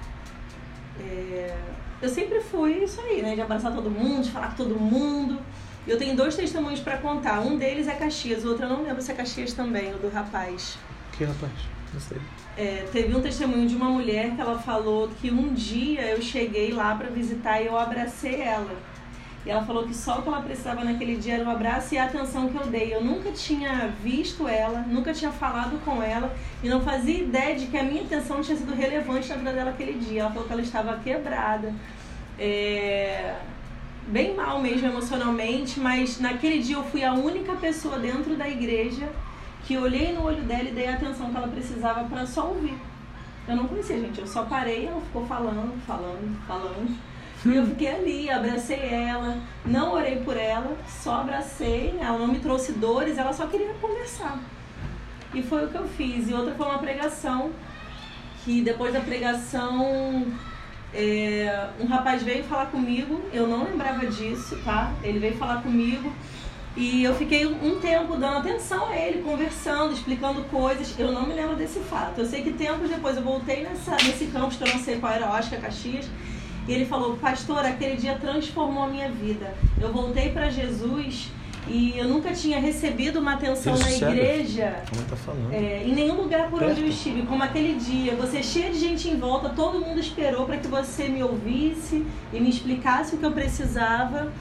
é, eu sempre fui isso aí, né? De abraçar todo mundo, de falar com todo mundo. Eu tenho dois testemunhos para contar. Um deles é Caxias, o outro eu não lembro se é Caxias também, o do rapaz. Que rapaz? Não sei. É, teve um testemunho de uma mulher que ela falou que um dia eu cheguei lá para visitar e eu abracei ela. E ela falou que só o que ela precisava naquele dia era o abraço e a atenção que eu dei. Eu nunca tinha visto ela, nunca tinha falado com ela e não fazia ideia de que a minha atenção tinha sido relevante na vida dela aquele dia. Ela falou que ela estava quebrada, é... bem mal mesmo emocionalmente, mas naquele dia eu fui a única pessoa dentro da igreja que olhei no olho dela e dei a atenção que ela precisava para só ouvir. Eu não conhecia, gente, eu só parei e ela ficou falando, falando, falando. E eu fiquei ali, abracei ela, não orei por ela, só abracei, ela não me trouxe dores, ela só queria conversar. E foi o que eu fiz. E outra foi uma pregação, que depois da pregação, é, um rapaz veio falar comigo, eu não lembrava disso, tá? Ele veio falar comigo e eu fiquei um tempo dando atenção a ele, conversando, explicando coisas. Eu não me lembro desse fato. Eu sei que tempos depois eu voltei nessa, nesse campus, que eu não sei qual era, eu acho que é Caxias. E ele falou, pastor, aquele dia transformou a minha vida. Eu voltei para Jesus E eu nunca tinha recebido uma atenção Isso, na sério? igreja, Como tá falando? é, em nenhum lugar por onde eu Perto. estive, como aquele dia. Você cheia de gente em volta, todo mundo esperou para que você me ouvisse e me explicasse o que eu precisava.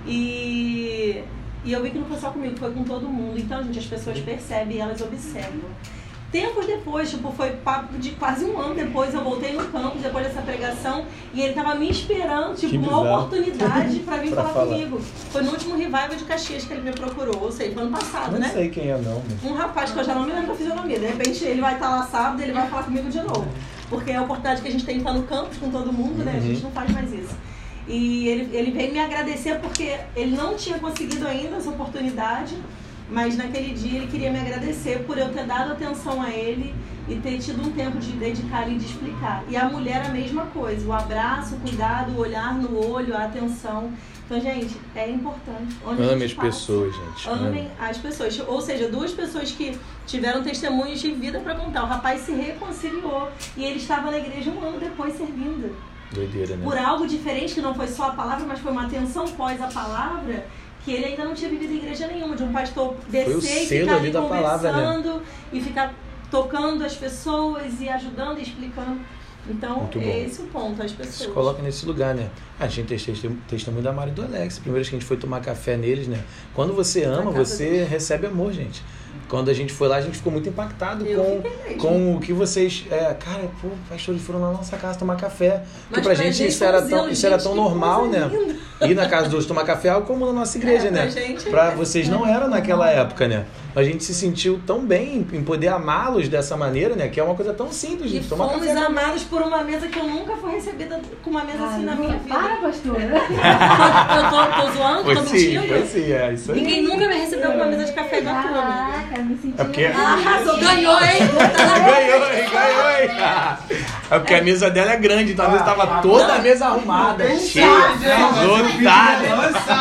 E, e eu vi que não foi só comigo, foi com todo mundo. Então, gente, as pessoas percebem e elas observam. Tempos depois, tipo, foi papo de quase um ano depois, eu voltei no campus, depois dessa pregação, e ele tava me esperando, tipo, Que uma bizarro. oportunidade pra vir Pra falar, falar. comigo. Foi no último revival de Caxias que ele me procurou, ou seja, foi ano passado, Não né? sei quem é não, né? Um rapaz que eu já não me lembro da fisionomia, de repente ele vai estar lá sábado e ele vai falar comigo de novo. Porque é a oportunidade que a gente tem de estar no campus com todo mundo, né? A gente não faz mais isso. E ele, ele veio me agradecer porque ele não tinha conseguido ainda essa oportunidade, mas naquele dia ele queria me agradecer por eu ter dado atenção a ele e ter tido um tempo de dedicar e de explicar. E a mulher a mesma coisa, o abraço, o cuidado, o olhar no olho, a atenção. Então, gente, é importante. Onde a Ame gente as passa, pessoas, gente. Amem as pessoas. Ou seja, duas pessoas que tiveram testemunhos de vida para contar. O rapaz se reconciliou e ele estava na igreja um ano depois servindo. Doideira, né? Por algo diferente, que não foi só a palavra, mas foi uma atenção pós a palavra, que ele ainda não tinha vivido em igreja nenhuma, de um pastor descer e selo ficar ali ali da palavra, né? conversando e ficar tocando as pessoas e ajudando e explicando. Então, Muito bom. é esse o ponto, as Se pessoas. coloca nesse lugar, né? A gente tem testemunho, testemunho da Mari e do Alex. Primeira vez que a gente foi tomar café neles, né? Quando você ama, Na casa você deles. recebe amor, gente. Quando a gente foi lá, a gente ficou muito impactado Eu com, fiquei mesmo. com o que vocês... É, cara, pô, pastores foram lá na nossa casa tomar café. Porque Mas pra pra gente, gente isso foi um era zelo, tão, isso era gente, tão que normal, coisa né? linda. Ir na casa dos tomar café, algo como na nossa igreja, É, né? pra gente- Pra vocês não era naquela época, né? A gente se sentiu tão bem em poder amá-los dessa maneira, né? Que é uma coisa tão simples, E gente. Tomar fomos café. amados por uma mesa que eu nunca fui recebida com uma mesa assim na minha vida. Para, pastora. Eu tô, tô zoando, Foi tô sim, mentindo. foi sim, é isso aí. Ninguém nunca me recebeu com uma mesa de café igual a tua, amiga. Caraca, me senti... É porque- Arrasou, ganhou, hein? Ganhou, hein? Ganhou, hein? É porque a mesa dela é grande, então a mesa tava toda a mesa arrumada, cheia, lotada.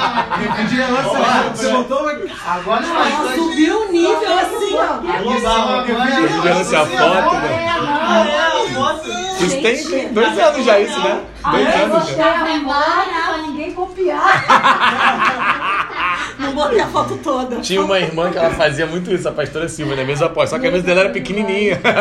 Você botou agora Ela subiu o nível assim, ó. Vendo-se a foto, né? Isso tem, tem dois anos já isso, né? Dois anos já. Tá arrumado pra ninguém copiar. Não botei a foto toda. Tinha uma irmã que ela fazia muito isso, a pastora Silva, né? Mesa após, só que a mesa dela era pequenininha. É,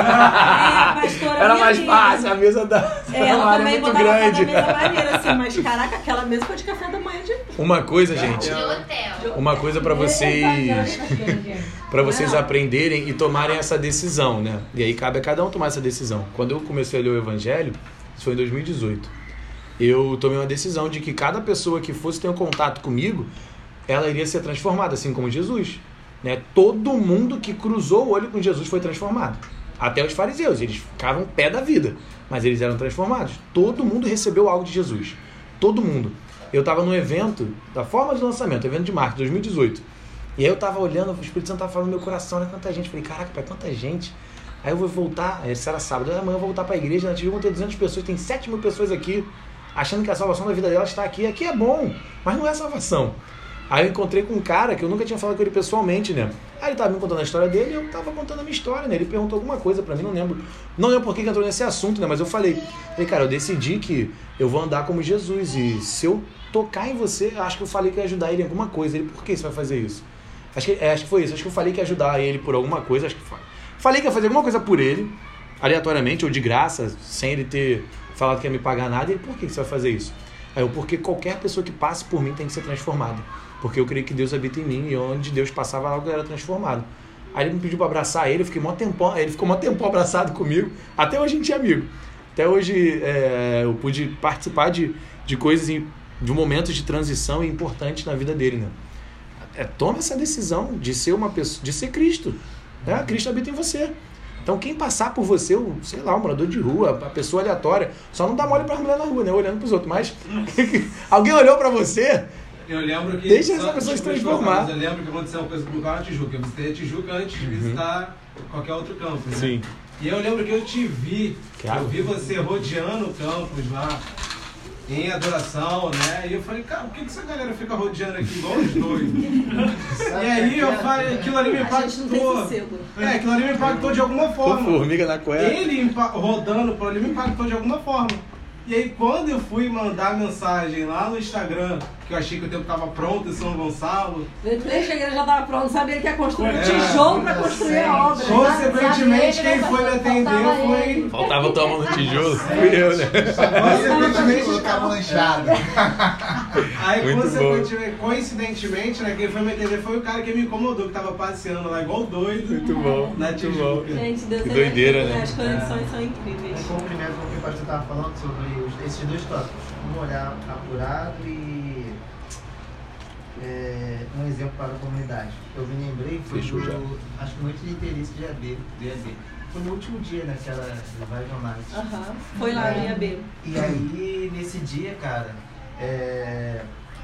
a pastora Era minha mais amiga. fácil, a mesa da É, ela Mari é também muito botava grande. cada mesa maneira, assim, mas caraca, aquela mesa foi de café da manhã de... Uma coisa, gente, De hotel. uma coisa pra vocês, para vocês aprenderem e tomarem essa decisão, né? E aí cabe a cada um tomar essa decisão. Quando eu comecei a ler o Evangelho, isso foi em dois mil e dezoito, eu tomei uma decisão de que cada pessoa que fosse ter um contato comigo, ela iria ser transformada, assim como Jesus, né? Todo mundo que cruzou o olho com Jesus foi transformado. Até os fariseus, eles ficavam pé da vida, mas eles eram transformados. Todo mundo recebeu algo de Jesus. Todo mundo. Eu estava no evento da forma de lançamento, evento de marketing, dois mil e dezoito. E aí eu estava olhando, o Espírito Santo estava falando no meu coração, olha quanta gente. Eu falei, caraca, pai, quanta gente. Aí eu vou voltar, esse era sábado, amanhã eu vou voltar para a igreja, na T V vão ter duzentas pessoas, tem sete mil pessoas aqui, achando que a salvação da vida delas está aqui. Aqui é bom, mas não é salvação. Aí eu encontrei com um cara que eu nunca tinha falado com ele pessoalmente, né? Aí ele tava me contando a história dele e eu tava contando a minha história, né? Ele perguntou alguma coisa pra mim, não lembro. Não lembro por que que entrou nesse assunto, né? Mas eu falei, falei, cara, eu decidi que eu vou andar como Jesus e se eu tocar em você, acho que eu falei que ia ajudar ele em alguma coisa. Ele, por que você vai fazer isso? Acho que, é, acho que foi isso, acho que eu falei que ia ajudar ele por alguma coisa, acho que foi. Falei que ia fazer alguma coisa por ele, aleatoriamente ou de graça, sem ele ter falado que ia me pagar nada. E ele, por que você vai fazer isso? Aí eu, porque qualquer pessoa que passe por mim tem que ser transformada. Porque eu creio que Deus habita em mim e onde Deus passava algo era transformado. Aí ele me pediu para abraçar ele, eu fiquei mó tempão, ele ficou mó tempão abraçado comigo. Até hoje a gente é amigo. Até hoje é, eu pude participar de, de coisas, em, de momentos de transição importantes na vida dele, né? É, toma essa decisão de ser uma pessoa, de ser Cristo. Né? Cristo habita em você. Então quem passar por você, o, sei lá, um morador de rua, a pessoa aleatória, só não dá mole para as mulheres na rua, né? Olhando para os outros. Mas alguém olhou para você... Eu lembro que... Deixa essa só- pessoa se desculpa, transformar. mas Eu lembro que aconteceu uma coisa comigo lá na Tijuca. Eu visitei a Tijuca antes de visitar qualquer outro campus, né? Sim. E eu lembro que eu te vi, Claro. eu vi você rodeando o campus lá, em adoração, né? E eu falei, cara, por que, que essa galera fica rodeando aqui igual os doidos? E aí eu falei, aquilo ali me A gente não tem impactou. sossego. É, aquilo ali me impactou de alguma Com forma. formiga na cueca. Ele impa- rodando por ali me impactou de alguma forma. E aí quando eu fui mandar mensagem lá no Instagram, porque eu achei que o tempo tava pronto em São Gonçalo. Eu falei que a igreja já estava pronta, sabia que ia construir um É, tijolo para construir a obra. Consequentemente, quem foi me atender foi... Faltava tua mão no tijolo, fui eu, né? Consequentemente, colocar manchado. Aí, Muito consequentemente, coincidentemente, né, quem foi me atender foi o cara que me incomodou, que tava passeando lá igual doido. Muito bom, Na muito Tijuca. bom. Gente, Deus Que é doideira, incrível, né? As conexões são incríveis. Em cumprimento com o que o pastor estava falando sobre os- esses dois tópicos, um olhar apurado e é, um exemplo para a comunidade. Eu me lembrei, foi Fechou do, já. acho que noite de interesse de I A B, do I A B. Foi no último dia, né, que era Revival Night. Aham. Foi lá no I A B. E aí, nesse dia, cara, é,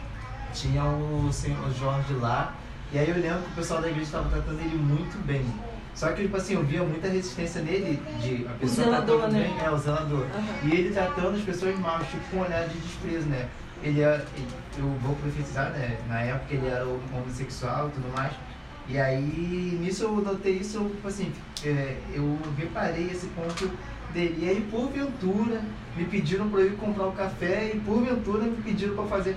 tinha o senhor Jorge lá, e aí eu lembro que o pessoal da igreja estava tratando ele muito bem. Só que, tipo assim, eu via muita resistência nele, de a pessoa zelador, tratando né? bem, é, o zelador. Aham. E ele tratando as pessoas mal, tipo, com um olhar de desprezo, né? Ele, é- ele eu vou profetizar, né? Na época ele era homossexual e tudo mais. E aí, nisso eu notei isso, eu, tipo assim, é, eu reparei esse ponto dele. E aí, porventura, me pediram para eu ir comprar o café e porventura me pediram para fazer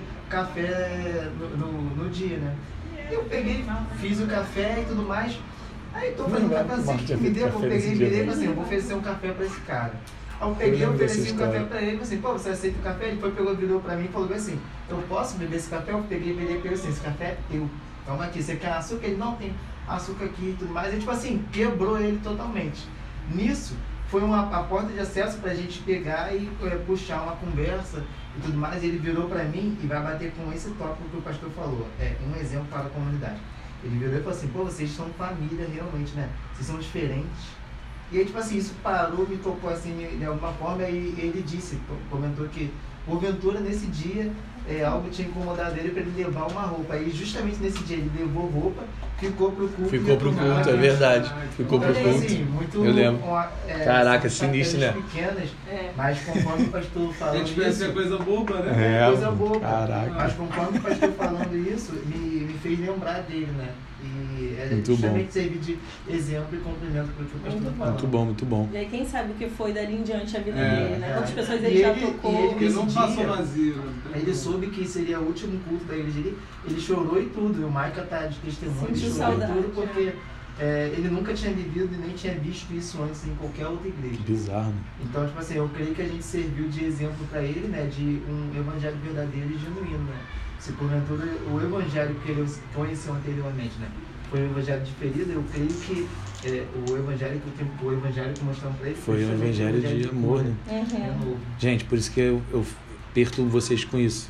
café no, no, no dia, né? Eu peguei, fiz o café e tudo mais. Aí tô fazendo Não, café assim, Marcos, que me deu, eu café peguei nesse e dia, virei e né? falei assim, eu vou oferecer um café pra esse cara. Aí eu peguei, Eu eu lembro dessa ofereci um café história. pra ele, falei assim, pô, você aceita o café? Ele foi, pegou, virou pra mim e falou bem assim, eu posso beber esse café? Eu peguei, virei e falei assim, esse café é teu. Toma aqui, você quer açúcar? Ele, não, tem açúcar aqui e tudo mais. E tipo assim, quebrou ele totalmente. Nisso, foi uma, a porta de acesso pra gente pegar e é, puxar uma conversa e tudo mais. Ele virou pra mim e vai bater com esse tópico que o pastor falou. É um exemplo para a comunidade. Ele virou e falou assim, pô, vocês são família realmente, né? Vocês são diferentes. E aí, tipo assim, isso parou, me tocou assim de alguma forma, e ele disse, comentou que, porventura, nesse dia, é, algo tinha incomodado ele para ele levar uma roupa. E justamente nesse dia ele levou roupa, ficou pro culto. Ficou pro culto, é verdade. Ficou pro Então, culto. assim, muito, Eu lembro. uma, é, Caraca, são sinistro, estratégias né? pequenas, É. mas conforme o pastor A falando gente pensa que é isso, coisa boba, né? É, coisa boa. caraca. Mas conforme o pastor falando isso, me, me fez lembrar dele, né? E é Muito justamente bom. servir de exemplo e cumprimento para o que o pastor Muito falou. Muito bom, muito bom. E aí quem sabe o que foi dali em diante a vida É, dele, né? é. Quantas pessoas E ele já ele- tocou. e ele- Porque não Esse passou dia- vazio. né? Aí ele soube que seria o último culto da igreja dele, ele chorou e tudo. E o Maica tá de testemunho, ele Sentiu chorou saudade, e tudo porque é, ele nunca tinha vivido e nem tinha visto isso antes em qualquer outra igreja. Que bizarro, né? Então, tipo assim, eu creio que a gente serviu de exemplo para ele, né, de um evangelho verdadeiro e genuíno, né? Se porventura o evangelho que ele conheceu anteriormente, né, foi um evangelho de ferida, eu creio que é, o evangelho que o evangelho que mostramos para ele Foi um justamente evangelho de amor, né? É Uhum. novo. Gente, por isso que eu, eu perturbo vocês com isso.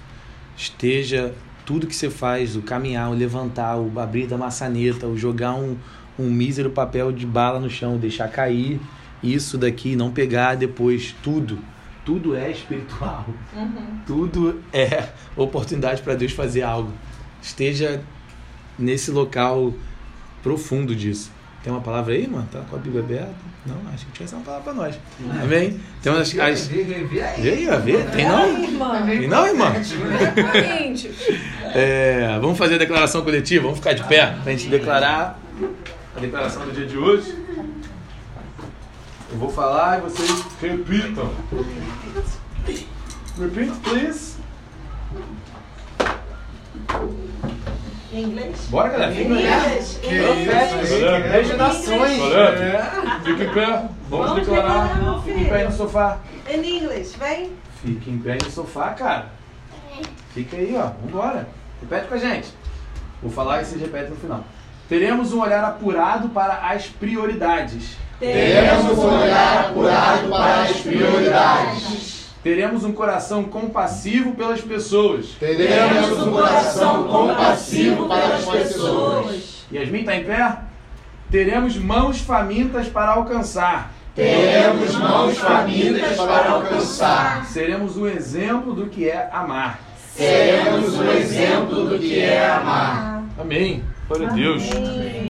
Esteja tudo que você faz, o caminhar, o levantar, o abrir da maçaneta, o jogar um, um mísero papel de bala no chão, deixar cair isso daqui, não pegar depois, tudo. Tudo é espiritual. Uhum. Tudo é oportunidade para Deus fazer algo. Esteja nesse local profundo disso. Tem uma palavra aí, mano? Tá com a Bíblia aberta? Não, acho que tinha essa uma palavra para nós. Amém? Tem umas... As... Vê, vê, vê aí. Vê aí, ó, vê. Tem não? Aí, irmão. Tem não, irmão? Corinthians. É, vamos fazer a declaração coletiva? Vamos ficar de pé pra gente declarar a declaração do dia de hoje. Eu vou falar e vocês repitam. Repeat, please. Em inglês? Bora, galera. Fica em pé. Inglês. Profeta. Beijo nações. Fica em pé. Vamos Vamos declarar. declarar, meu Fica em pé aí no sofá. Em inglês, vem. Fica em pé aí no sofá, cara. Fica aí, ó. Vambora. Repete com a gente. Vou falar e vocês repetem no final. Teremos um olhar apurado para as prioridades. Teremos um olhar apurado para as prioridades. Teremos um coração compassivo pelas pessoas. Teremos um coração compassivo para as pessoas. Yasmin, tá em pé? Teremos mãos famintas para alcançar. Teremos mãos famintas para alcançar. Seremos o exemplo do que é amar. Seremos o exemplo do que é amar. Amém. Glória a Deus. Amém.